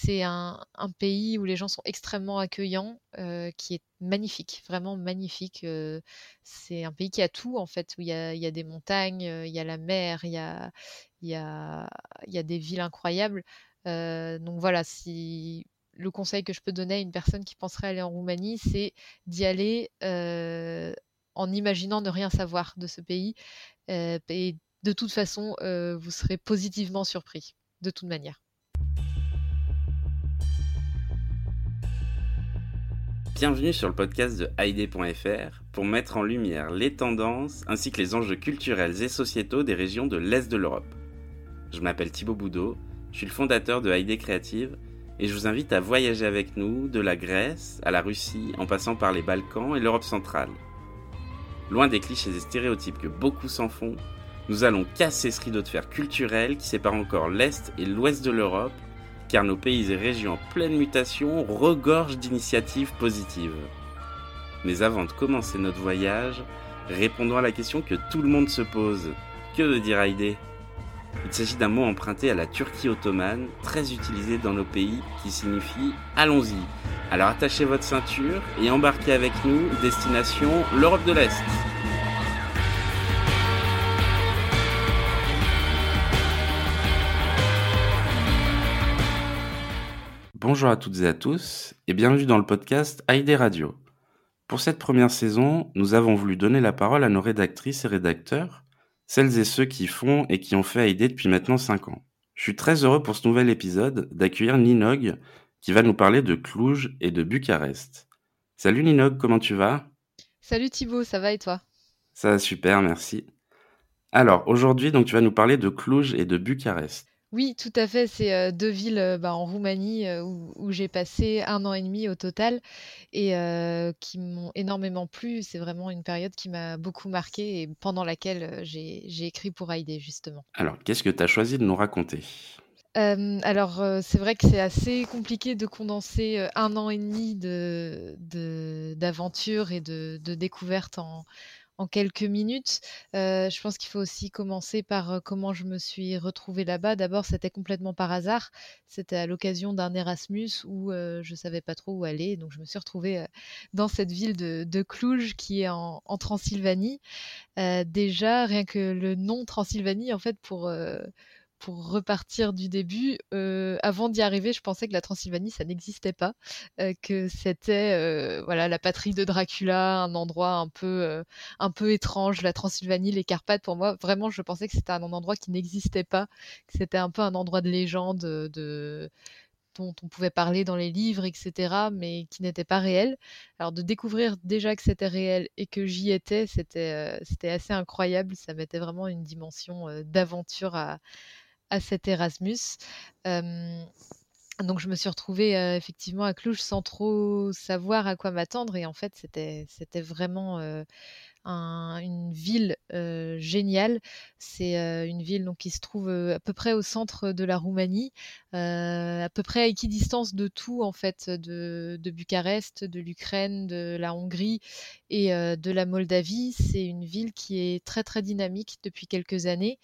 c'est un pays où les gens sont extrêmement accueillants, qui est magnifique, vraiment magnifique. C'est un pays qui a tout en fait, où il y a des montagnes, il y a la mer, il y a il y a des villes incroyables. Donc voilà, si le conseil que je peux donner à une personne qui penserait aller en Roumanie, c'est d'y aller, en imaginant ne rien savoir de ce pays, et de toute façon, vous serez positivement surpris, de toute manière. Bienvenue sur le podcast de Haïdé.fr pour mettre en lumière les tendances ainsi que les enjeux culturels et sociétaux des régions de l'Est de l'Europe. Je m'appelle Thibaut Boudot, je suis le fondateur de Haïdé Créative et je vous invite à voyager avec nous de la Grèce à la Russie en passant par les Balkans et l'Europe centrale. Loin des clichés et stéréotypes que beaucoup s'en font, nous allons casser ce rideau de fer culturel qui sépare encore l'Est et l'Ouest de l'Europe, car nos pays et régions en pleine mutation regorgent d'initiatives positives. Mais avant de commencer notre voyage, répondons à la question que tout le monde se pose. Que veut dire Haïdé ? Il s'agit d'un mot emprunté à la Turquie ottomane, très utilisé dans nos pays, qui signifie « allons-y ». Alors attachez votre ceinture et embarquez avec nous, destination l'Europe de l'Est. Bonjour à toutes et à tous et bienvenue dans le podcast Haïdé Radio. Pour cette première saison, nous avons voulu donner la parole à nos rédactrices et rédacteurs, celles et ceux qui font et qui ont fait Haïdé depuis maintenant 5 ans. Je suis très heureux pour ce nouvel épisode d'accueillir Ninog qui va nous parler de Cluj et de Bucarest. Salut Ninog, comment tu vas ? Salut Thibaut, ça va et toi? Ça va super, merci. Alors aujourd'hui, donc tu vas nous parler de Cluj et de Bucarest. Oui, tout à fait. C'est 2 villes, en Roumanie, où j'ai passé 1 an et demi au total et qui m'ont énormément plu. C'est vraiment une période qui m'a beaucoup marquée et pendant laquelle, j'ai écrit pour Haïdé, justement. Alors, qu'est-ce que tu as choisi de nous raconter ? Alors, c'est vrai que c'est assez compliqué de condenser, 1 an et demi d'aventure et de découverte en quelques minutes. Je pense qu'il faut aussi commencer par, comment je me suis retrouvée là-bas. D'abord, c'était complètement par hasard. C'était à l'occasion d'un Erasmus où, je savais pas trop où aller, donc je me suis retrouvée, dans cette ville de Cluj qui est en Transylvanie. Déjà, rien que le nom Transylvanie, en fait, pour repartir du début, avant d'y arriver, je pensais que la Transylvanie, ça n'existait pas, que c'était, voilà, la patrie de Dracula, un endroit un peu étrange. La Transylvanie, les Carpates, pour moi, vraiment, je pensais que c'était un endroit qui n'existait pas, que c'était un peu un endroit de légende, dont on pouvait parler dans les livres, etc., mais qui n'était pas réel. Alors de découvrir déjà que c'était réel et que j'y étais, c'était assez incroyable. Ça mettait vraiment une dimension, d'aventure à cet Erasmus. Donc je me suis retrouvée, effectivement à Cluj sans trop savoir à quoi m'attendre et en fait c'était vraiment, une ville, géniale. C'est, une ville donc qui se trouve, à peu près au centre de la Roumanie, à peu près à équidistance de tout en fait, de Bucarest, de l'Ukraine, de la Hongrie et de la Moldavie. C'est une ville qui est très, très dynamique depuis quelques années,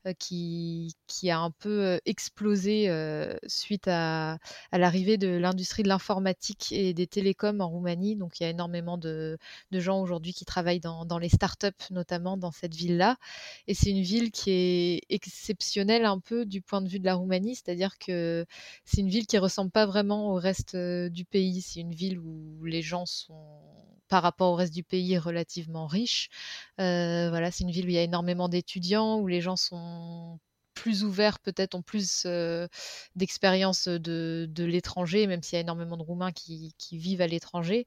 qui a un peu, explosé, suite à l'arrivée de l'industrie de l'informatique et des télécoms en Roumanie. Donc il y a énormément de gens aujourd'hui qui travaillent dans les startups, notamment dans cette ville-là. Et c'est une ville qui est exceptionnelle un peu du point de vue de la Roumanie, c'est-à-dire que c'est une ville qui ressemble pas vraiment au reste du pays. C'est une ville où les gens sont, par rapport au reste du pays, relativement riches. Voilà, c'est une ville où il y a énormément d'étudiants, où les gens sont plus ouverts, peut-être ont plus d'expérience de l'étranger, même s'il y a énormément de Roumains qui vivent à l'étranger.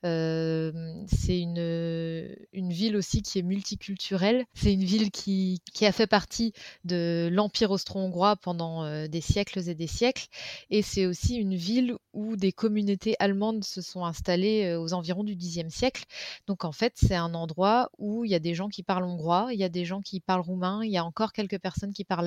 C'est une ville aussi qui est multiculturelle. C'est une ville qui a fait partie de l'Empire austro-hongrois pendant des siècles et des siècles. Et c'est aussi une ville où des communautés allemandes se sont installées aux environs du Xe siècle. Donc en fait, c'est un endroit où il y a des gens qui parlent hongrois, il y a des gens qui parlent roumain, il y a encore quelques personnes qui parlent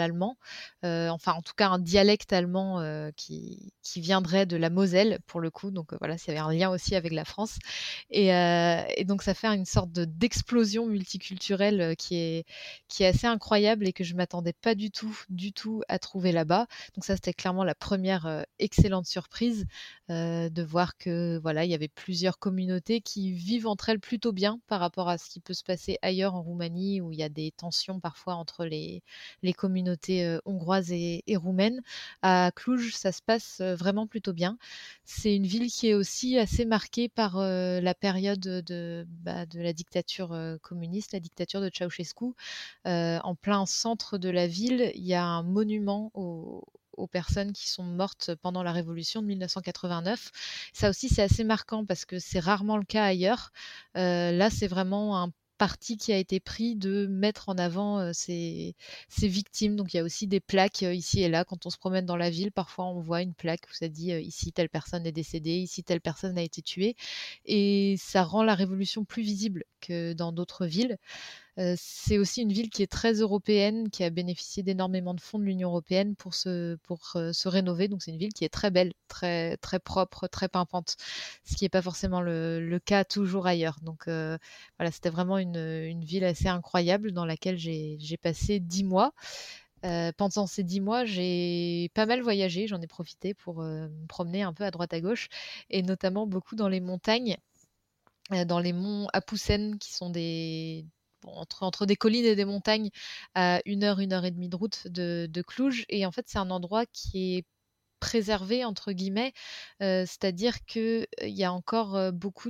parle allemand, enfin en tout cas un dialecte allemand qui viendrait de la Moselle pour le coup, donc voilà, ça avait un lien aussi avec la France. Et donc ça fait une sorte d'explosion multiculturelle qui est assez incroyable et que je m'attendais pas du tout à trouver là-bas. Donc ça, c'était clairement la première excellente surprise de voir que voilà, il y avait plusieurs communautés qui vivent entre elles plutôt bien par rapport à ce qui peut se passer ailleurs en Roumanie où il y a des tensions parfois entre les communautés hongroises et roumaines. À Cluj, ça se passe vraiment plutôt bien. C'est une ville qui est aussi assez marquée par la période de la dictature communiste, la dictature de Ceausescu. En plein centre de la ville, il y a un monument aux personnes qui sont mortes pendant la révolution de 1989. Ça aussi, c'est assez marquant parce que c'est rarement le cas ailleurs. Là, c'est vraiment un parti qui a été pris de mettre en avant ces victimes. Donc il y a aussi des plaques ici et là. Quand on se promène dans la ville, parfois on voit une plaque où ça dit ici telle personne est décédée, ici telle personne a été tuée. Et ça rend la révolution plus visible que dans d'autres villes. C'est aussi une ville qui est très européenne, qui a bénéficié d'énormément de fonds de l'Union européenne pour se rénover. Donc c'est une ville qui est très belle, très, très propre, très pimpante, ce qui n'est pas forcément le cas toujours ailleurs. Donc voilà, c'était vraiment une ville assez incroyable dans laquelle j'ai passé 10 mois. Pendant ces 10 mois, j'ai pas mal voyagé, j'en ai profité pour me promener un peu à droite à gauche, et notamment beaucoup dans les montagnes, dans les monts Apoussen, qui sont entre des collines et des montagnes à 1 heure et demie de route de Cluj. Et en fait, c'est un endroit qui est préservé, entre guillemets, c'est-à-dire qu'il y a encore beaucoup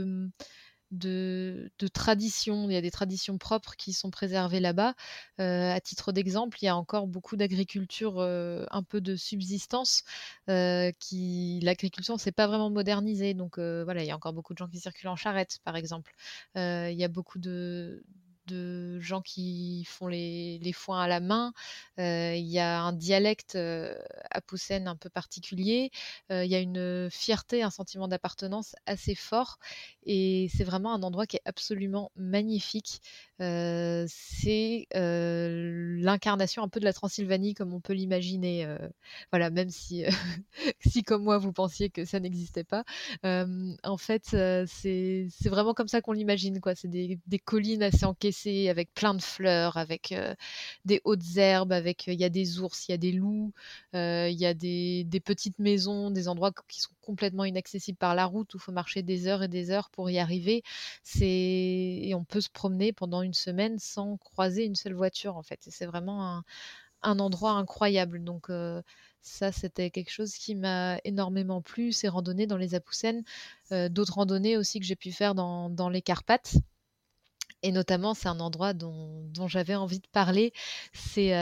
de traditions. Il y a des traditions propres qui sont préservées là-bas. À titre d'exemple, il y a encore beaucoup d'agriculture un peu de subsistance. L'agriculture ne s'est pas vraiment modernisée. Donc voilà, il y a encore beaucoup de gens qui circulent en charrette, par exemple. Il y a beaucoup de gens qui font les foins à la main. Il y a un dialecte à Poussen un peu particulier. Il y a une fierté, un sentiment d'appartenance assez fort. Et c'est vraiment un endroit qui est absolument magnifique. C'est l'incarnation un peu de la Transylvanie comme on peut l'imaginer. Voilà, même si, si comme moi vous pensiez que ça n'existait pas. En fait, c'est vraiment comme ça qu'on l'imagine, quoi. C'est des collines assez encaissées avec plein de fleurs, avec des hautes herbes, il y a des ours, il y a des loups, il y a des petites maisons, des endroits qui sont complètement inaccessibles par la route où il faut marcher des heures et des heures pour y arriver. Et on peut se promener pendant une semaine sans croiser une seule voiture, en fait. Et c'est vraiment un endroit incroyable. Donc ça, c'était quelque chose qui m'a énormément plu, ces randonnées dans les Apoussen. D'autres randonnées aussi que j'ai pu faire dans les Carpates. Et notamment, c'est un endroit dont j'avais envie de parler. C'est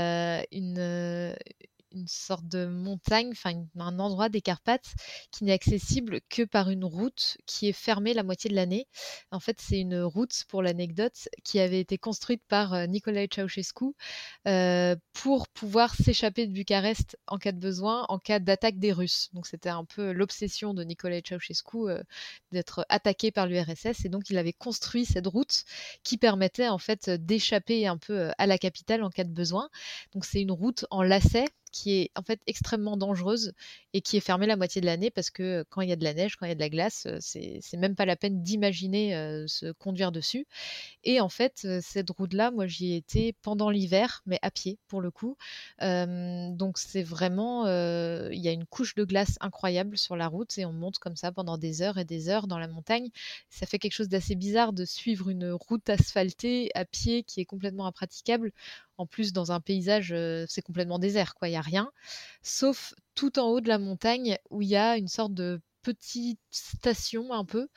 une sorte de montagne, enfin un endroit des Carpates qui n'est accessible que par une route qui est fermée la moitié de l'année. En fait, c'est une route, pour l'anecdote, qui avait été construite par Nicolae Ceausescu pour pouvoir s'échapper de Bucarest en cas de besoin, en cas d'attaque des Russes. Donc c'était un peu l'obsession de Nicolae Ceausescu d'être attaqué par l'URSS, et donc il avait construit cette route qui permettait en fait d'échapper un peu à la capitale en cas de besoin. Donc c'est une route en lacets qui est en fait extrêmement dangereuse et qui est fermée la moitié de l'année parce que quand il y a de la neige, quand il y a de la glace, c'est même pas la peine d'imaginer se conduire dessus. Et en fait, cette route-là, moi, j'y ai été pendant l'hiver, mais à pied pour le coup. Donc c'est vraiment, il y a une couche de glace incroyable sur la route et on monte comme ça pendant des heures et des heures dans la montagne. Ça fait quelque chose d'assez bizarre de suivre une route asphaltée à pied qui est complètement impraticable. En plus, dans un paysage, c'est complètement désert, quoi. Il y a rien, sauf tout en haut de la montagne où il y a une sorte de petite station un peu.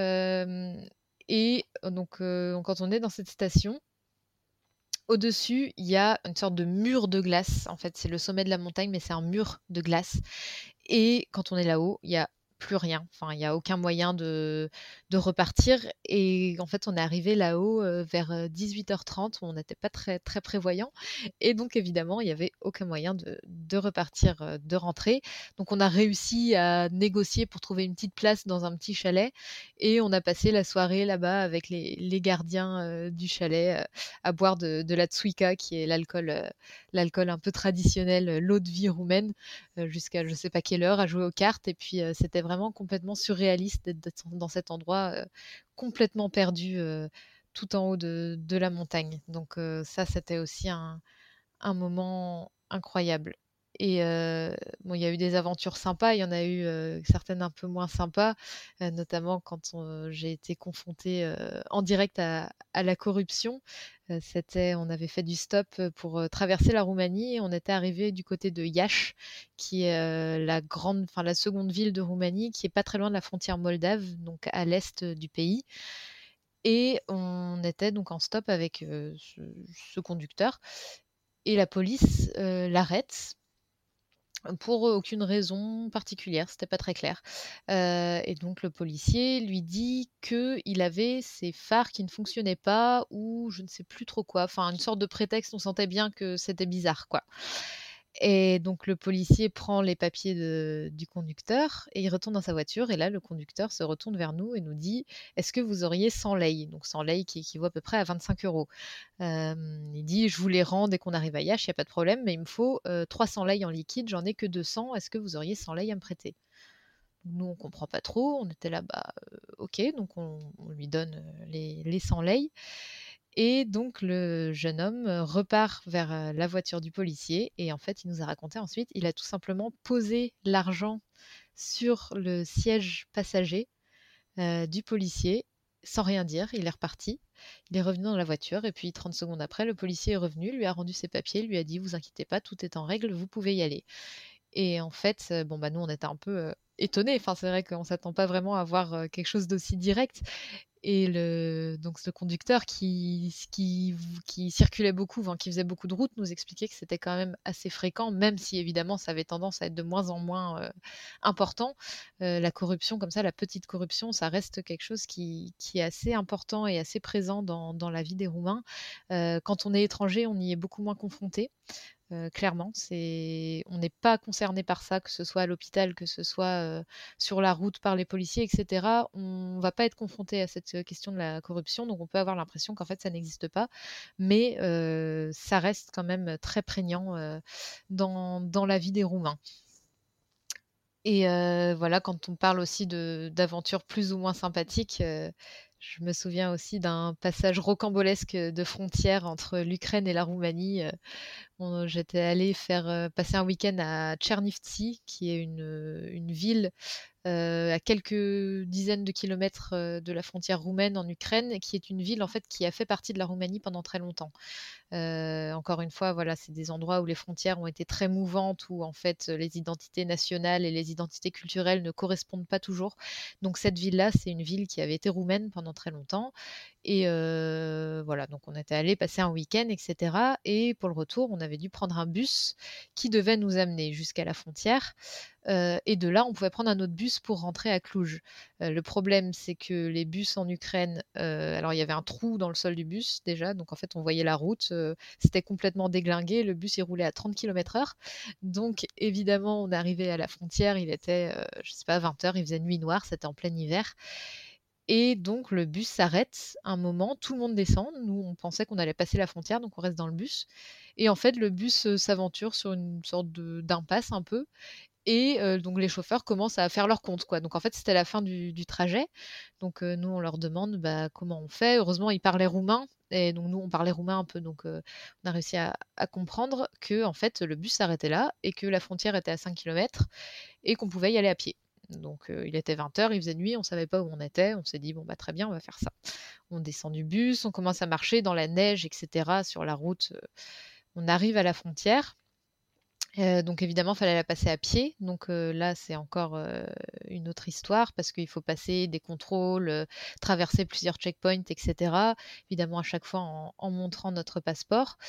Et donc, quand on est dans cette station, au-dessus, il y a une sorte de mur de glace. En fait, c'est le sommet de la montagne, mais c'est un mur de glace. Et quand on est là-haut, il y a plus rien. Enfin, il y a aucun moyen de repartir et en fait, on est arrivé là-haut, vers 18h30 où on n'était pas très, très prévoyants et donc évidemment, il y avait aucun moyen de repartir, de rentrer. Donc on a réussi à négocier pour trouver une petite place dans un petit chalet et on a passé la soirée là-bas avec les gardiens, du chalet, à boire de la tsouïka qui est l'alcool un peu traditionnel, l'eau de vie roumaine, jusqu'à je sais pas quelle heure, à jouer aux cartes et puis, c'était vraiment complètement surréaliste d'être dans cet endroit, complètement perdu, tout en haut de la montagne. Donc, ça, c'était aussi un moment incroyable et bon, il y a eu des aventures sympas, il y en a eu, certaines un peu moins sympas, notamment quand j'ai été confrontée, en direct à la corruption. On avait fait du stop, pour, traverser la Roumanie. On était arrivé du côté de Iași, qui est, la seconde ville de Roumanie, qui est pas très loin de la frontière moldave, donc à l'est, du pays et on était donc en stop avec, ce conducteur et la police, l'arrête pour aucune raison particulière, c'était pas très clair. Et donc le policier lui dit qu'il avait ses phares qui ne fonctionnaient pas ou je ne sais plus trop quoi, enfin une sorte de prétexte, on sentait bien que c'était bizarre, quoi. Et donc le policier prend les papiers du conducteur et il retourne dans sa voiture et là le conducteur se retourne vers nous et nous dit: «Est-ce que vous auriez 100 lei?» Donc 100 lei qui équivaut à peu près à 25 €. Il dit: «Je vous les rends dès qu'on arrive à Iași, il y a pas de problème, mais il me faut, 300 lei en liquide, j'en ai que 200. Est-ce que vous auriez 100 lei à me prêter?» Nous, on comprend pas trop, on était là, bah, OK, donc on lui donne, les 100 lei et donc le jeune homme, repart vers, la voiture du policier et en fait, il nous a raconté ensuite, il a tout simplement posé l'argent sur le siège passager, du policier sans rien dire. Il est reparti. Il est revenu dans la voiture et puis 30 secondes après, le policier est revenu, lui a rendu ses papiers, lui a dit: «Vous inquiétez pas, tout est en règle, vous pouvez y aller». Et en fait, bon, bah, nous, on était un peu, étonnés. Enfin, c'est vrai qu'on s'attend pas vraiment à voir, quelque chose d'aussi direct et donc ce conducteur qui circulait beaucoup, enfin, qui faisait beaucoup de routes, nous expliquait que c'était quand même assez fréquent, même si évidemment ça avait tendance à être de moins en moins, important. La corruption comme ça, la petite corruption, ça reste quelque chose qui est assez important et assez présent dans la vie des Roumains. Quand on est étranger, on y est beaucoup moins confronté. Clairement, on n'est pas concerné par ça, que ce soit à l'hôpital, que ce soit, sur la route par les policiers et cetera. On va pas être confronté à cette, question de la corruption, donc on peut avoir l'impression qu'en fait ça n'existe pas. Mais, ça reste quand même très prégnant, dans la vie des Roumains. Et voilà, quand on parle aussi d'aventures plus ou moins sympathiques, je me souviens aussi d'un passage rocambolesque, de frontière entre l'Ukraine et la Roumanie, j'étais allée faire, passer un week-end à Tchernivtsi, qui est une ville, à quelques dizaines de kilomètres, de la frontière roumaine en Ukraine, et qui est une ville, en fait, qui a fait partie de la Roumanie pendant très longtemps. Encore une fois, voilà, c'est des endroits où les frontières ont été très mouvantes, où en fait, les identités nationales et les identités culturelles ne correspondent pas toujours. Donc cette ville-là, c'est une ville qui avait été roumaine pendant très longtemps et voilà, donc on était allés passer un week-end et cetera et pour le retour, on avait dû prendre un bus qui devait nous amener jusqu'à la frontière, et de là, on pouvait prendre un autre bus pour rentrer à Cluj. Le problème, c'est que les bus en Ukraine, alors il y avait un trou dans le sol du bus déjà, donc en fait, on voyait la route, c'était complètement déglingué, le bus, il roulait à 30 km/h. Donc évidemment, on est arrivé à la frontière, il était, je sais pas, 20h, il faisait nuit noire, c'était en plein hiver et donc le bus s'arrête un moment, tout le monde descend. Nous, on pensait qu'on allait passer la frontière, donc on reste dans le bus et en fait, le bus, s'aventure sur une sorte d'impasse un peu et donc les chauffeurs commencent à faire leur compte, quoi. Donc en fait, c'était la fin du trajet. Donc nous, on leur demande, bah, comment on fait. Heureusement, ils parlaient roumain et donc nous, on parlait roumain un peu, donc on a réussi à comprendre que en fait, le bus s'arrêtait là et que la frontière était à 5 kilomètres et qu'on pouvait y aller à pied. Donc il était 20h, il faisait nuit, on savait pas où on était. On s'est dit: «Bon, bah, très bien, on va faire ça». On descend du bus, on commence à marcher dans la neige et cetera sur la route, on arrive à la frontière. Donc évidemment, il fallait la passer à pied. Donc là, c'est encore, une autre histoire parce qu'il faut passer des contrôles, traverser plusieurs checkpoints et cetera. Évidemment, à chaque fois en montrant notre passeport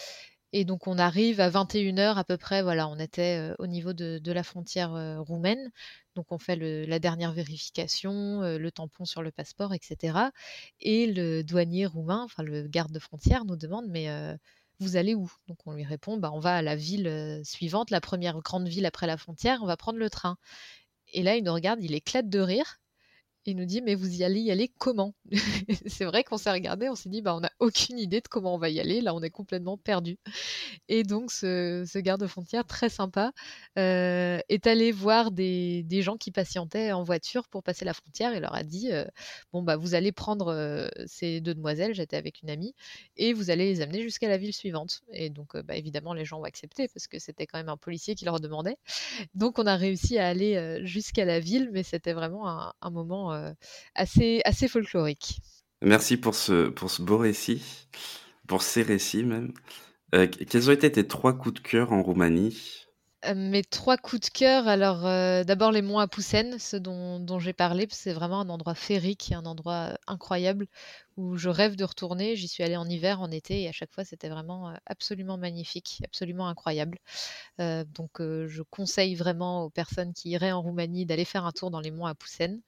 Et donc on arrive à 21 h à peu près, voilà, on était au niveau de la frontière roumaine. Donc on fait la dernière vérification, le tampon sur le passeport, etc. Et le douanier roumain, enfin le garde de frontière, nous demande, mais vous allez où? Donc on lui répond, bah, on va à la ville suivante, la première grande ville après la frontière, on va prendre le train. Et là, il nous regarde, il éclate de rire. Il nous dit: «Mais vous y allez comment?» C'est vrai qu'on s'est regardé, on s'est dit: «Bah, on n'a aucune idée de comment on va y aller, là, on est complètement perdus». Et donc ce garde-frontière très sympa, est allé voir des gens qui patientaient en voiture pour passer la frontière et leur a dit, «Bon, bah, vous allez prendre, ces 2 demoiselles», j'étais avec une amie, «et vous allez les amener jusqu'à la ville suivante». Et donc, bah, évidemment les gens ont accepté parce que c'était quand même un policier qui leur demandait. Donc on a réussi à aller, jusqu'à la ville, mais c'était vraiment un moment, assez folklorique. Merci pour ce beau récit, pour ces récits même. Quels ont été tes 3 coups de cœur en Roumanie? Mes 3 coups de cœur, alors, d'abord les monts Apousen, ceux dont j'ai parlé, parce que c'est vraiment un endroit féerique, un endroit, incroyable où je rêve de retourner. J'y suis allée en hiver, en été et à chaque fois c'était vraiment, absolument magnifique, absolument incroyable. Donc, je conseille vraiment aux personnes qui iraient en Roumanie d'aller faire un tour dans les monts Apousen.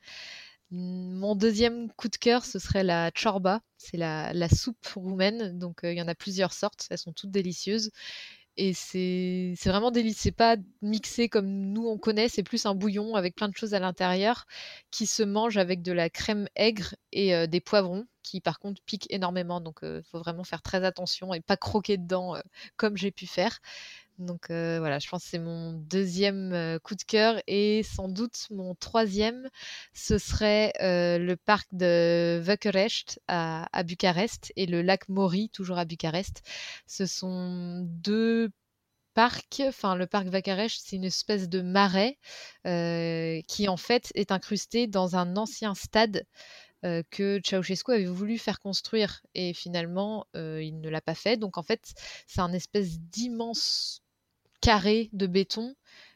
Mon deuxième coup de cœur, ce serait la ciorba, c'est la soupe roumaine, donc, il y en a plusieurs sortes, elles sont toutes délicieuses. Et c'est vraiment délice c'est pas mixé comme nous on connaît, c'est plus un bouillon avec plein de choses à l'intérieur qui se mange avec de la crème aigre et des poivrons qui par contre piquent énormément donc faut vraiment faire très attention et pas croquer dedans, comme j'ai pu faire. Donc voilà, je pense que c'est mon deuxième coup de cœur et sans doute mon troisième, ce serait, le parc de Vöcörest à Bucarest et le lac Mori, toujours à Bucarest. Ce sont 2 parcs, enfin le parc Vöcörest, c'est une espèce de marais, qui en fait est incrusté dans un ancien stade, que Ceausescu avait voulu faire construire et finalement, il ne l'a pas fait. Donc en fait, c'est un espèce d'immense carré de béton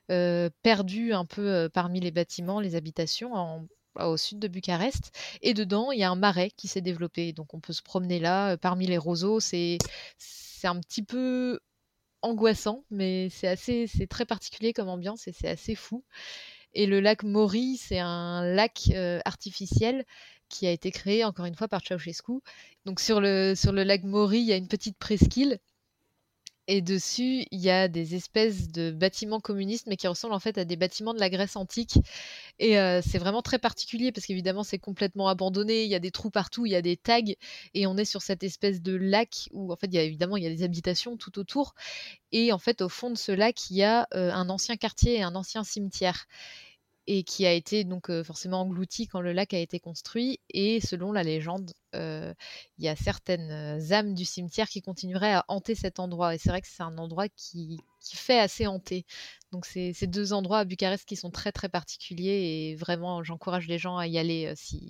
perdu un peu parmi les bâtiments, les habitations au sud de Bucarest. Et dedans, il y a un marais qui s'est développé. Donc on peut se promener là parmi les roseaux. C'est un petit peu angoissant, mais c'est très particulier comme ambiance et c'est assez fou. Et le lac Mori, c'est un lac artificiel qui a été créé encore une fois par Ceausescu. Donc sur le lac Mori, il y a une petite presqu'île et dessus, il y a des espèces de bâtiments communistes, mais qui ressemblent en fait à des bâtiments de la Grèce antique. Et c'est vraiment très particulier parce qu'évidemment, c'est complètement abandonné. Il y a des trous partout, il y a des tags, et on est sur cette espèce de lac où en fait, il y a des habitations tout autour. Et en fait, au fond de ce lac, il y a un ancien quartier et un ancien cimetière et qui a été donc forcément englouti quand le lac a été construit. Et selon la légende, il y a certaines âmes du cimetière qui continueraient à hanter cet endroit. Et c'est vrai que c'est un endroit qui fait assez hanter. Donc c'est ces deux endroits à Bucarest qui sont très très particuliers et vraiment j'encourage les gens à y aller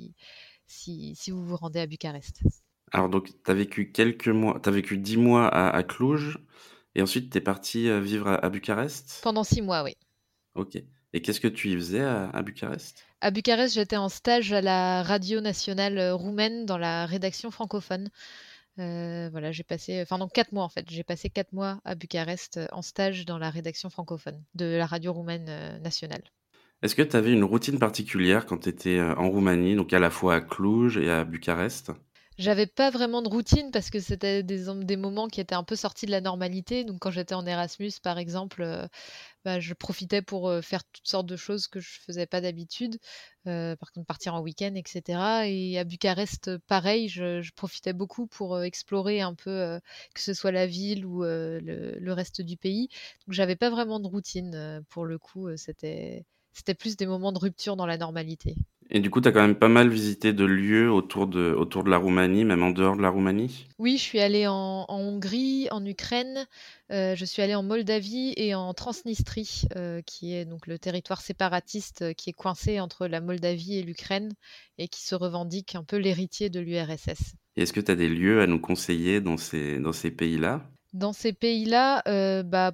si vous vous rendez à Bucarest. Alors donc tu as vécu quelques mois, tu as vécu 10 mois à Cluj et ensuite tu es parti, vivre à Bucarest? Pendant 6 mois, oui. OK, et qu'est-ce que tu y faisais à Bucarest? À Bucarest, j'étais en stage à la radio nationale roumaine dans la rédaction francophone. Voilà, j'ai passé, enfin non, 4 mois en fait. J'ai passé 4 mois à Bucarest en stage dans la rédaction francophone de la radio roumaine nationale. Est-ce que tu avais une routine particulière quand tu étais, en Roumanie, donc à la fois à Cluj et à Bucarest? J'avais pas vraiment de routine parce que c'était des moments qui étaient un peu sortis de la normalité. Donc quand j'étais en Erasmus, par exemple, bah, je profitais pour faire toutes sortes de choses que je faisais pas d'habitude. Par contre, partir en week-end, etc. Et à Bucarest, pareil, je profitais beaucoup pour explorer un peu, que ce soit la ville ou le reste du pays. Donc j'avais pas vraiment de routine pour le coup. C'était plus des moments de rupture dans la normalité. Et du coup, tu as quand même pas mal visité de lieux autour de la Roumanie, même en dehors de la Roumanie? Oui, je suis allée en Hongrie, en Ukraine, je suis allée en Moldavie et en Transnistrie, qui est donc le territoire séparatiste, qui est coincé entre la Moldavie et l'Ukraine et qui se revendique un peu l'héritier de l'URSS. Et est-ce que tu as des lieux à nous conseiller dans ces pays-là? Dans ces pays-là, bah,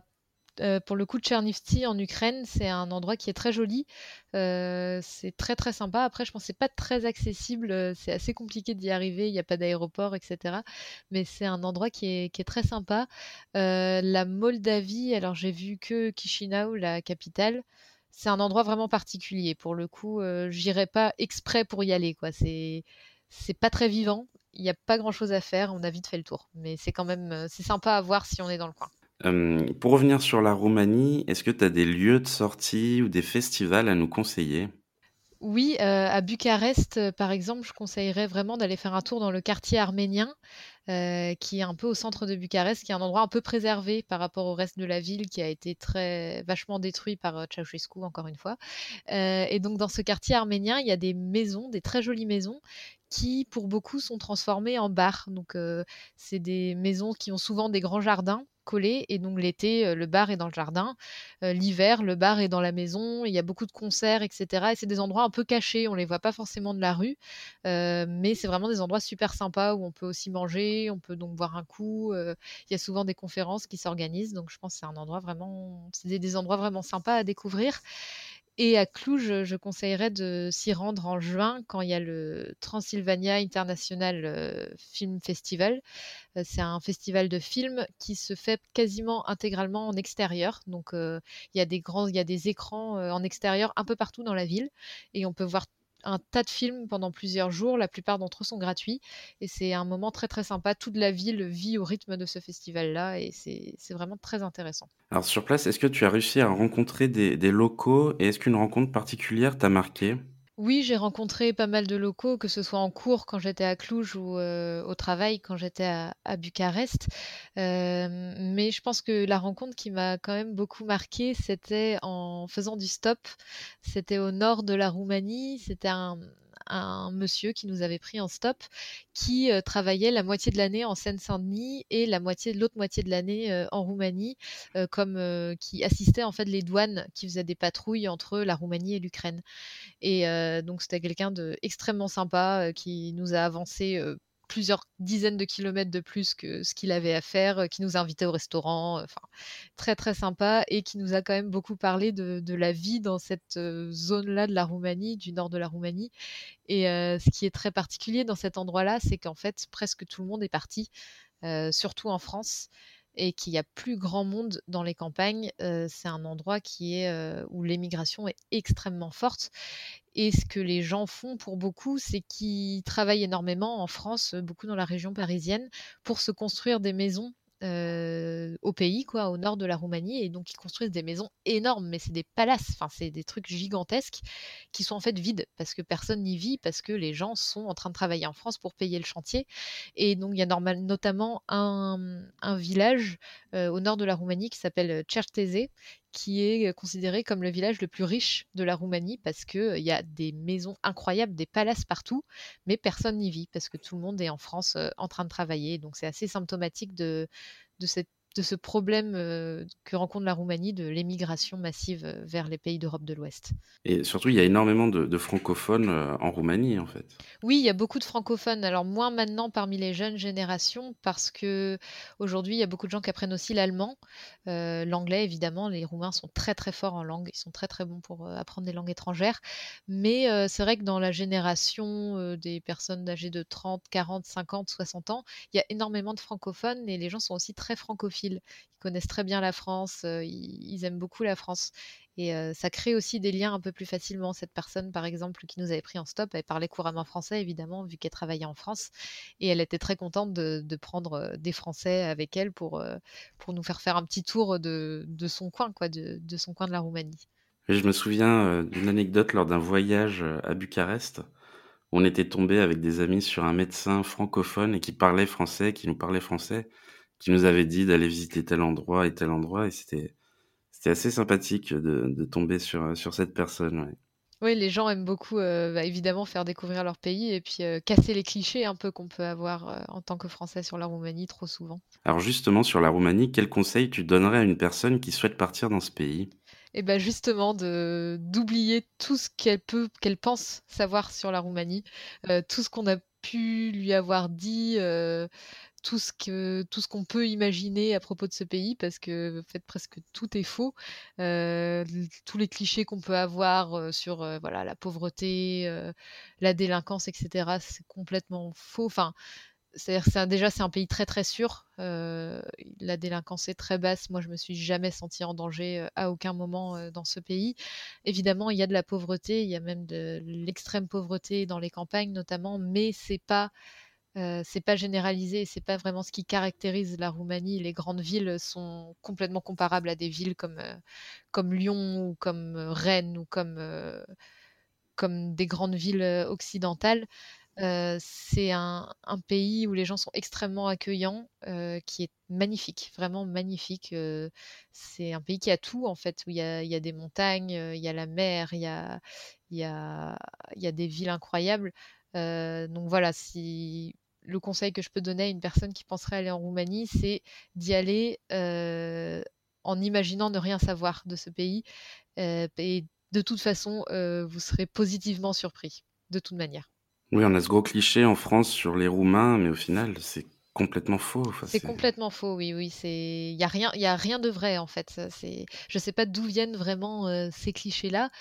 Pour le coup, Tchernivtsi en Ukraine, c'est un endroit qui est très joli. C'est très, très sympa. Après, je pense que c'est pas très accessible, c'est assez compliqué d'y arriver, il y a pas d'aéroport et cetera. Mais c'est un endroit qui est très sympa. La Moldavie, alors j'ai vu que Chisinau, la capitale. C'est un endroit vraiment particulier. Pour le coup, j'irai pas exprès pour y aller, quoi. C'est pas très vivant, il y a pas grand-chose à faire, on a vite fait le tour. Mais c'est quand même, c'est sympa à voir si on est dans le coin. Pour revenir sur la Roumanie, est-ce que tu as des lieux de sortie ou des festivals à nous conseiller? Oui, à Bucarest, par exemple, je conseillerais vraiment d'aller faire un tour dans le quartier arménien, qui est un peu au centre de Bucarest, qui est un endroit un peu préservé par rapport au reste de la ville, qui a été très vachement détruit par, Ceausescu, encore une fois. Et donc dans ce quartier arménien, il y a des maisons, des très jolies maisons, qui pour beaucoup sont transformées en bars. Donc c'est des maisons qui ont souvent des grands jardins collés, et donc l'été, le bar est dans le jardin. L'hiver, le bar est dans la maison. Il y a beaucoup de concerts, etc. Et c'est des endroits un peu cachés, on les voit pas forcément de la rue, mais c'est vraiment des endroits super sympas où on peut aussi manger, on peut donc boire un coup. Il y a souvent des conférences qui s'organisent, donc je pense que c'est un endroit vraiment, c'est des endroits vraiment sympas à découvrir. Et à Cluj, je conseillerais de s'y rendre en juin quand il y a le Transylvania International Film Festival. C'est un festival de films qui se fait quasiment intégralement en extérieur. Donc, il y a des écrans en extérieur un peu partout dans la ville, et on peut voir un tas de films pendant plusieurs jours. La plupart d'entre eux sont gratuits, et c'est un moment très très sympa. Toute la ville vit au rythme de ce festival-là, et c'est vraiment très intéressant. Alors sur place, est-ce que tu as réussi à rencontrer des locaux et est-ce qu'une rencontre particulière t'a marqué? Oui, j'ai rencontré pas mal de locaux, que ce soit en cours quand j'étais à Cluj ou au travail quand j'étais à Bucarest. Mais je pense que la rencontre qui m'a quand même beaucoup marquée, c'était en faisant du stop. C'était au nord de la Roumanie. C'était un monsieur qui nous avait pris en stop, qui travaillait la moitié de l'année en Seine-Saint-Denis et l'autre moitié de l'année en Roumanie, comme qui assistait en fait les douanes qui faisaient des patrouilles entre la Roumanie et l'Ukraine. Et donc c'était quelqu'un de extrêmement sympa, qui nous a avancé, plusieurs dizaines de kilomètres de plus que ce qu'il avait à faire, qui nous a invités au restaurant, enfin très, très sympa, et qui nous a quand même beaucoup parlé de la vie dans cette, zone-là de la Roumanie, du nord de la Roumanie. Et ce qui est très particulier dans cet endroit-là, c'est qu'en fait presque tout le monde est parti, surtout en France, et qu'il y a plus grand monde dans les campagnes. C'est un endroit qui est, où l'émigration est extrêmement forte, et ce que les gens font pour beaucoup, c'est qu'ils travaillent énormément en France, beaucoup dans la région parisienne, pour se construire des maisons au pays, quoi, au nord de la Roumanie. Et donc ils construisent des maisons énormes, mais c'est des palaces, enfin c'est des trucs gigantesques qui sont en fait vides parce que personne n'y vit, parce que les gens sont en train de travailler en France pour payer le chantier. Et donc il y a notamment un village au nord de la Roumanie qui s'appelle Certeze, qui est considéré comme le village le plus riche de la Roumanie, parce qu'il y a des maisons incroyables, des palaces partout, mais personne n'y vit parce que tout le monde est en France en train de travailler. Donc c'est assez symptomatique de, cette, de ce problème que rencontre la Roumanie, de l'émigration massive vers les pays d'Europe de l'Ouest. Et surtout, il y a énormément de francophones, en Roumanie, en fait. Oui, il y a beaucoup de francophones. Alors moins maintenant parmi les jeunes générations, parce que aujourd'hui il y a beaucoup de gens qui apprennent aussi l'allemand, l'anglais évidemment. Les Roumains sont très très forts en langue, ils sont très très bons pour apprendre des langues étrangères. Mais c'est vrai que dans la génération des personnes âgées de 30, 40, 50, 60 ans, il y a énormément de francophones, et les gens sont aussi très francophiles. Ils connaissent très bien la France, ils aiment beaucoup la France. Et ça crée aussi des liens un peu plus facilement. Cette personne, par exemple, qui nous avait pris en stop, elle parlait couramment français, évidemment, vu qu'elle travaillait en France. Et elle était très contente de prendre des Français avec elle pour nous faire un petit tour de son coin, quoi, de son coin de la Roumanie. Et je me souviens, d'une anecdote lors d'un voyage, à Bucarest. On était tombé avec des amis sur un médecin francophone et qui parlait français, qui nous parlait français, qui nous avait dit d'aller visiter tel endroit et tel endroit et c'était assez sympathique de tomber sur cette personne, ouais. Oui, les gens aiment beaucoup, évidemment, faire découvrir leur pays, et puis casser les clichés un peu qu'on peut avoir en tant que Français sur la Roumanie trop souvent. Alors justement sur la Roumanie, quel conseil tu donnerais à une personne qui souhaite partir dans ce pays? Et ben justement d'oublier tout ce qu'elle pense savoir sur la Roumanie, tout ce qu'on a pu lui avoir dit, tout ce qu'on peut imaginer à propos de ce pays parce que, en fait, presque tout est faux. Tous les clichés qu'on peut avoir, sur, voilà, la pauvreté, la délinquance et cetera, c'est complètement faux. Enfin, c'est-à-dire que c'est un pays très, très sûr. La délinquance est très basse. Moi, je me suis jamais sentie en danger, à aucun moment, dans ce pays. Évidemment, il y a de la pauvreté, il y a même de l'extrême pauvreté dans les campagnes notamment, mais c'est pas généralisé, c'est pas vraiment ce qui caractérise la Roumanie. Les grandes villes sont complètement comparables à des villes comme Lyon ou comme, Rennes ou comme des grandes villes, occidentales. C'est un pays où les gens sont extrêmement accueillants, qui est magnifique, vraiment magnifique. C'est un pays qui a tout en fait, où il y a des montagnes, il y a la mer, il y a il y a des villes incroyables. Donc voilà, si le conseil que je peux donner à une personne qui penserait aller en Roumanie, c'est d'y aller, en imaginant ne rien savoir de ce pays, et de toute façon, vous serez positivement surpris, de toute manière. Oui, on a ce gros cliché en France sur les Roumains, mais au final, c'est complètement faux. Enfin, C'est complètement faux, oui, oui, il y a rien de vrai en fait. Ça, je sais pas d'où viennent vraiment ces clichés-là,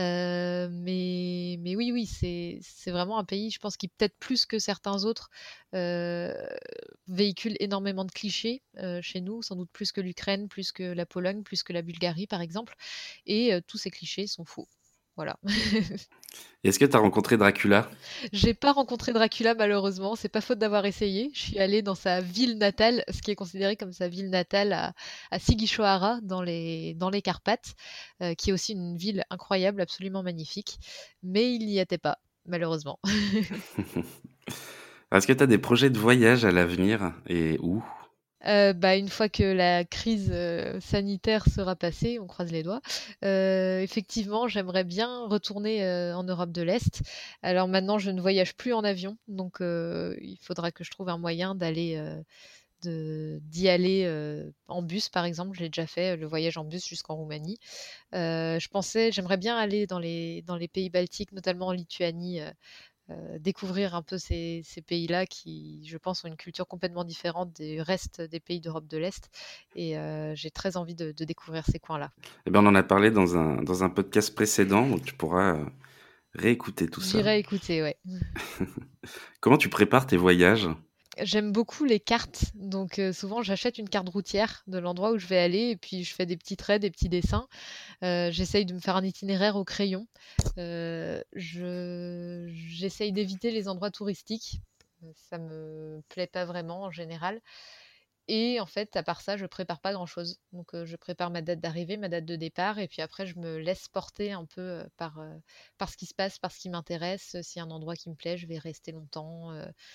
mais oui, oui, c'est vraiment un pays, je pense, qui peut-être plus que certains autres euh, véhicule énormément de clichés chez nous, sans doute plus que l'Ukraine, plus que la Pologne, plus que la Bulgarie, par exemple, et tous ces clichés sont faux. Voilà. est-ce que tu as rencontré Dracula? J'ai pas rencontré Dracula malheureusement, c'est pas faute d'avoir essayé. Je suis allée dans sa ville natale, ce qui est considéré comme sa ville natale à Sighisoara dans les Carpates, qui est aussi une ville incroyable, absolument magnifique. Mais il n'y était pas, malheureusement. Est-ce que tu as des projets de voyage à l'avenir et où? Bah, une fois que la crise, sanitaire sera passée, on croise les doigts, effectivement, j'aimerais bien retourner, en Europe de l'Est. Alors maintenant, je ne voyage plus en avion, donc il faudra que je trouve un moyen d'y aller, en bus, par exemple. Je l'ai déjà fait, le voyage en bus jusqu'en Roumanie. J'aimerais bien aller dans les pays baltiques, notamment en Lituanie, découvrir un peu ces pays-là qui, je pense, ont une culture complètement différente du reste des pays d'Europe de l'Est. Et j'ai très envie de découvrir ces coins-là. Eh ben, on en a parlé dans un podcast précédent, donc tu pourras réécouter tout ça. J'irai écouter, ouais. Comment tu prépares tes voyages? J'aime beaucoup les cartes, donc souvent j'achète une carte routière de l'endroit où je vais aller et puis je fais des petits traits, des petits dessins. J'essaye de me faire un itinéraire au crayon. J'essaye d'éviter les endroits touristiques. Ça me plaît pas vraiment en général. Et en fait, à part ça, je prépare pas grand-chose. Donc, je prépare ma date d'arrivée, ma date de départ, et puis après, je me laisse porter un peu par ce qui se passe, par ce qui m'intéresse. S'il y a un endroit qui me plaît, je vais rester longtemps.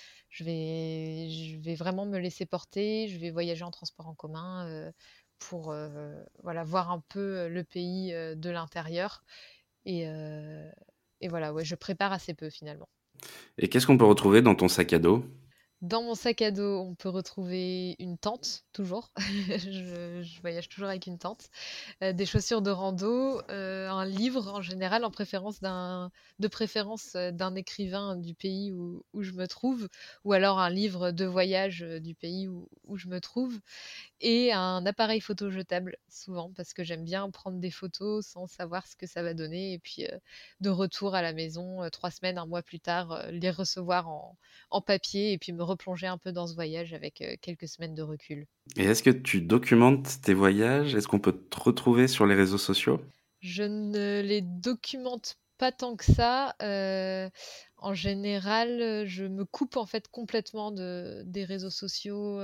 Je vais vraiment me laisser porter. Je vais voyager en transport en commun pour voilà, voir un peu le pays de l'intérieur. Et, euh, et voilà, ouais, je prépare assez peu finalement. Et qu'est-ce qu'on peut retrouver dans ton sac à dos? Dans mon sac à dos, on peut retrouver une tente, toujours. Je voyage toujours avec une tente. Des chaussures de rando, un livre en général, de préférence d'un écrivain du pays où je me trouve, ou alors un livre de voyage du pays où je me trouve, et un appareil photo jetable, souvent, parce que j'aime bien prendre des photos sans savoir ce que ça va donner, et puis de retour à la maison, 3 semaines, un mois plus tard, les recevoir en papier, et puis me replonger un peu dans ce voyage avec quelques semaines de recul. Et est-ce que tu documentes tes voyages? Est-ce qu'on peut te retrouver sur les réseaux sociaux? Je ne les documente pas tant que ça. En général, je me coupe en fait complètement des réseaux sociaux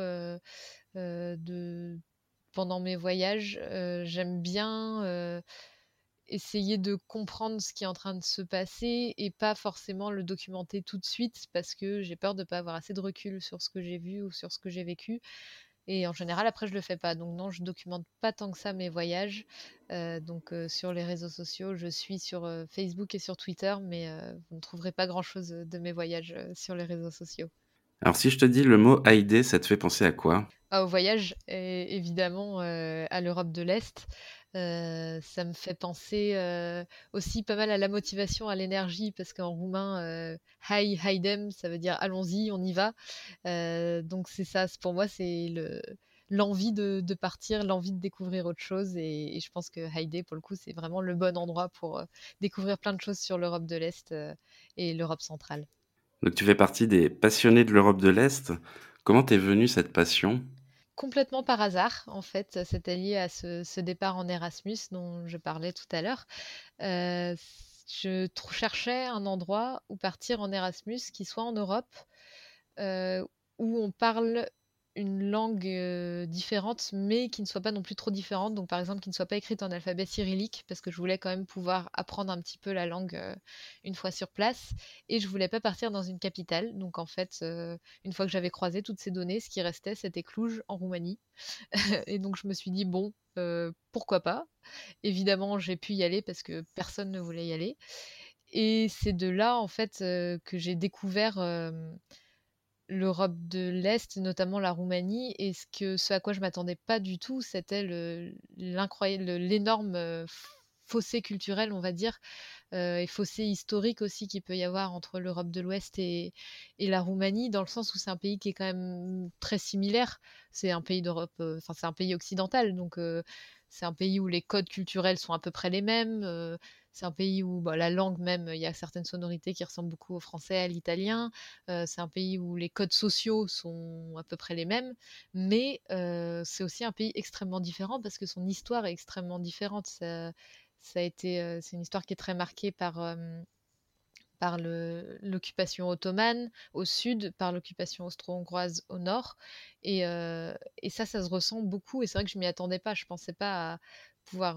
pendant mes voyages. J'aime bien essayer de comprendre ce qui est en train de se passer et pas forcément le documenter tout de suite parce que j'ai peur de ne pas avoir assez de recul sur ce que j'ai vu ou sur ce que j'ai vécu. Et en général, après, je le fais pas. Donc non, je documente pas tant que ça mes voyages. Donc sur les réseaux sociaux, je suis sur Facebook et sur Twitter, mais vous ne trouverez pas grand-chose de mes voyages sur les réseaux sociaux. Alors si je te dis le mot Haïdé, ça te fait penser à quoi? Ah, au voyage, évidemment, à l'Europe de l'Est. Ça me fait penser aussi pas mal à la motivation, à l'énergie, parce qu'en roumain, Hai, haidem, ça veut dire allons-y, on y va. Donc c'est ça, pour moi, c'est l'envie de partir, l'envie de découvrir autre chose. Et je pense que Haïdé, pour le coup, c'est vraiment le bon endroit pour découvrir plein de choses sur l'Europe de l'Est et l'Europe centrale. Donc tu fais partie des passionnés de l'Europe de l'Est. Comment t'es venue cette passion? Complètement par hasard, en fait, c'était lié à ce départ en Erasmus dont je parlais tout à l'heure. Euh, je cherchais un endroit où partir en Erasmus qui soit en Europe, euh, où on parle une langue différente, mais qui ne soit pas non plus trop différente. Donc, par exemple, qui ne soit pas écrite en alphabet cyrillique, parce que je voulais quand même pouvoir apprendre un petit peu la langue une fois sur place. Et je voulais pas partir dans une capitale. Donc, en fait, une fois que j'avais croisé toutes ces données, ce qui restait, c'était Cluj en Roumanie. Et donc, je me suis dit, bon, pourquoi pas? Évidemment, j'ai pu y aller parce que personne ne voulait y aller. Et c'est de là, en fait, que j'ai découvert l'Europe de l'Est, notamment la Roumanie. Et ce à quoi je m'attendais pas du tout, c'était l'énorme fossé culturel, on va dire, et fossé historique aussi qu'il peut y avoir entre l'Europe de l'Ouest et la Roumanie, dans le sens où c'est un pays qui est quand même très similaire. C'est un pays d'Europe, enfin c'est un pays occidental, donc c'est un pays où les codes culturels sont à peu près les mêmes. C'est un pays où bah, la langue même, il y a certaines sonorités qui ressemblent beaucoup au français, à l'italien. C'est un pays où les codes sociaux sont à peu près les mêmes, mais c'est aussi un pays extrêmement différent parce que son histoire est extrêmement différente. Ça a été, c'est une histoire qui est très marquée par l'occupation ottomane au sud, par l'occupation austro-hongroise au nord. Et ça se ressent beaucoup. Et c'est vrai que je m'y attendais pas. Je pensais pas à pouvoir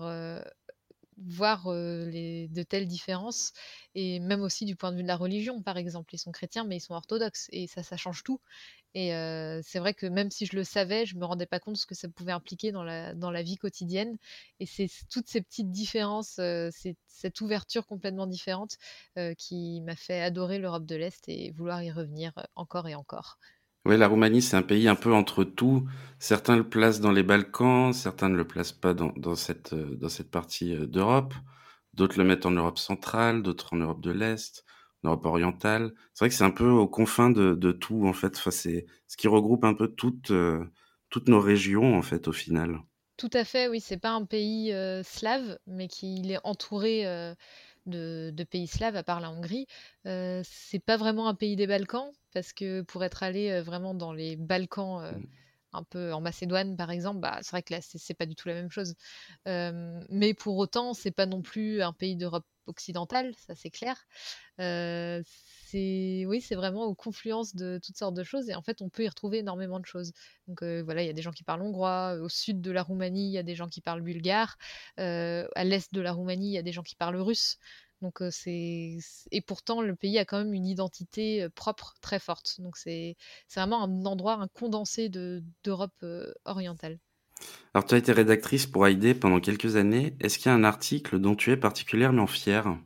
voir de telles différences. Et même aussi du point de vue de la religion, par exemple. Ils sont chrétiens, mais ils sont orthodoxes. Et ça change tout. Et c'est vrai que même si je le savais, je me rendais pas compte de ce que ça pouvait impliquer dans la vie quotidienne. Et c'est toutes ces petites différences, cette ouverture complètement différente qui m'a fait adorer l'Europe de l'Est et vouloir y revenir encore et encore. Oui, la Roumanie, c'est un pays un peu entre tout. Certains le placent dans les Balkans, certains ne le placent pas dans cette partie d'Europe. D'autres le mettent en Europe centrale, d'autres en Europe de l'Est, en Europe orientale. C'est vrai que c'est un peu aux confins de tout, en fait. Enfin, c'est ce qui regroupe un peu toutes nos régions, en fait, au final. Tout à fait, oui, c'est pas un pays slave, mais qu'il est entouré de pays slaves, à part la Hongrie. C'est pas vraiment un pays des Balkans, parce que pour être allé vraiment dans les Balkans, un peu en Macédoine par exemple, bah, c'est vrai que là, c'est pas du tout la même chose. Mais pour autant, c'est pas non plus un pays d'Europe occidentale, ça c'est clair. Euh, oui, c'est vraiment aux confluences de toutes sortes de choses et en fait, on peut y retrouver énormément de choses. Donc voilà, il y a des gens qui parlent hongrois, au sud de la Roumanie, il y a des gens qui parlent bulgare, à l'est de la Roumanie, il y a des gens qui parlent russe. Donc et pourtant le pays a quand même une identité propre très forte. Donc c'est vraiment un endroit, un condensé d'Europe orientale. Alors, tu as été rédactrice pour Haïdé pendant quelques années. Est-ce qu'il y a un article dont tu es particulièrement fière?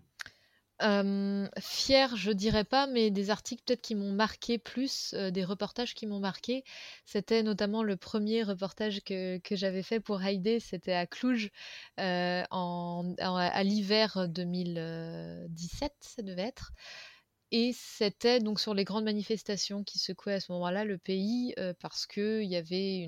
Fière, je dirais pas, mais des articles peut-être qui m'ont marqué plus, des reportages qui m'ont marqué. C'était notamment le premier reportage que j'avais fait pour Haïdé, c'était à Cluj, à l'hiver 2017, ça devait être. Et c'était donc sur les grandes manifestations qui secouaient à ce moment-là le pays, parce qu'il y avait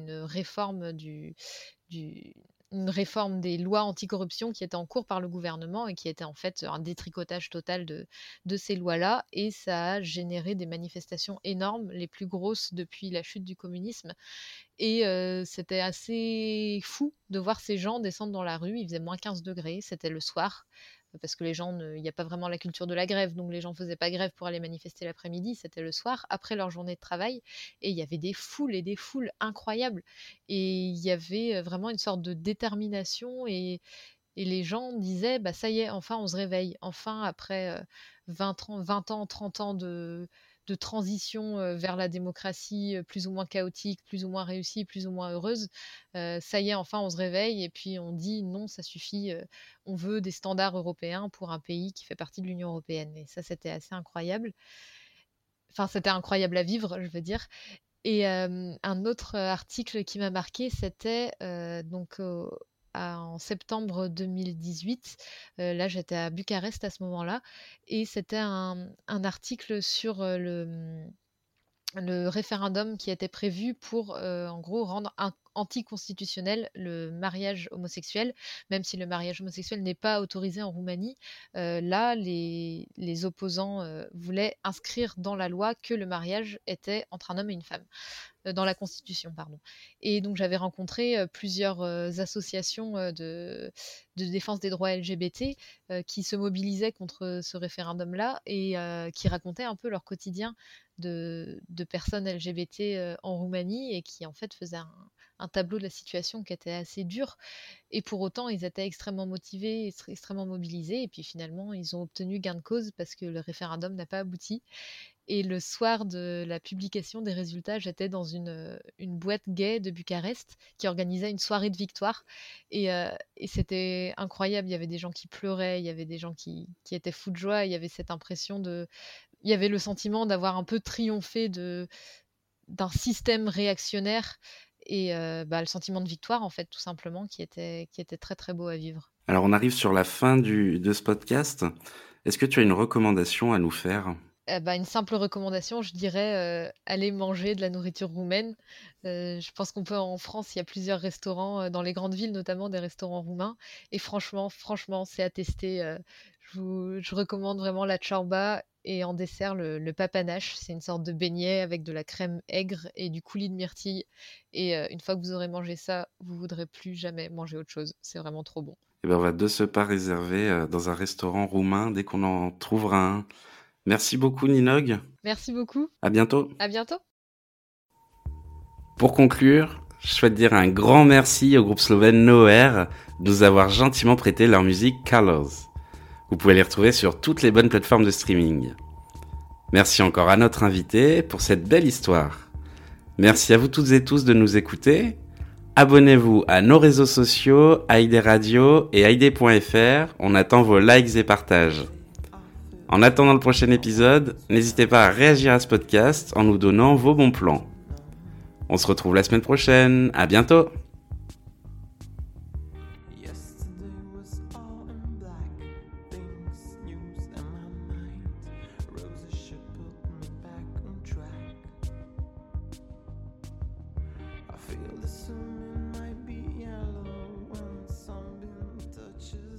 du une réforme des lois anticorruption qui était en cours par le gouvernement et qui était en fait un détricotage total de ces lois-là. Et ça a généré des manifestations énormes, les plus grosses depuis la chute du communisme. Et c'était assez fou de voir ces gens descendre dans la rue. Il faisait moins 15 degrés, c'était le soir, parce que il n'y a pas vraiment la culture de la grève, donc les gens ne faisaient pas grève pour aller manifester l'après-midi, c'était le soir, après leur journée de travail, et il y avait des foules et des foules incroyables. Et il y avait vraiment une sorte de détermination, et les gens disaient, bah ça y est, enfin on se réveille, enfin après 20 ans, 30 ans de transition vers la démocratie plus ou moins chaotique, plus ou moins réussie, plus ou moins heureuse. Ça y est, enfin, on se réveille et puis on dit non, ça suffit. On veut des standards européens pour un pays qui fait partie de l'Union européenne. Et ça, c'était assez incroyable. Enfin, c'était incroyable à vivre, je veux dire. Et un autre article qui m'a marqué, c'était donc en septembre 2018. Là, j'étais à Bucarest à ce moment-là et c'était un article sur, le référendum qui était prévu pour, en gros, rendre anticonstitutionnel le mariage homosexuel, même si le mariage homosexuel n'est pas autorisé en Roumanie. Là, les opposants voulaient inscrire dans la loi que le mariage était entre un homme et une femme, dans la Constitution, pardon. Et donc j'avais rencontré plusieurs associations de défense des droits LGBT qui se mobilisaient contre ce référendum-là et qui racontaient un peu leur quotidien de personnes LGBT en Roumanie et qui en fait faisaient un tableau de la situation qui était assez dur. Et pour autant, ils étaient extrêmement motivés, extrêmement mobilisés. Et puis finalement, ils ont obtenu gain de cause parce que le référendum n'a pas abouti. Et le soir de la publication des résultats, j'étais dans une boîte gay de Bucarest qui organisait une soirée de victoire. Et c'était incroyable. Il y avait des gens qui pleuraient, il y avait des gens qui étaient fous de joie. Il y avait cette impression de... Il y avait le sentiment d'avoir un peu triomphé d'un système réactionnaire et le sentiment de victoire, en fait, tout simplement, qui était très, très beau à vivre. Alors on arrive sur la fin de ce podcast. Est-ce que tu as une recommandation à nous faire ? Une simple recommandation, je dirais, aller manger de la nourriture roumaine. Je pense qu'on peut en France, il y a plusieurs restaurants, dans les grandes villes notamment, des restaurants roumains et franchement, c'est à tester, je recommande vraiment la ciorba et en dessert le papanache. C'est une sorte de beignet avec de la crème aigre et du coulis de myrtille et une fois que vous aurez mangé ça, vous voudrez plus jamais manger autre chose. C'est vraiment trop bon. Eh ben, on va de ce pas réserver dans un restaurant roumain dès qu'on en trouvera un. Merci beaucoup Ninog. Merci beaucoup. À bientôt. À bientôt. Pour conclure, je souhaite dire un grand merci au groupe slovène Nowhere de nous avoir gentiment prêté leur musique Colors. Vous pouvez les retrouver sur toutes les bonnes plateformes de streaming. Merci encore à notre invité pour cette belle histoire. Merci à vous toutes et tous de nous écouter. Abonnez-vous à nos réseaux sociaux, AID Radio et AID.fr. On attend vos likes et partages. En attendant le prochain épisode, n'hésitez pas à réagir à ce podcast en nous donnant vos bons plans. On se retrouve la semaine prochaine. À bientôt! Feel the sun might be yellow when sunbeam touches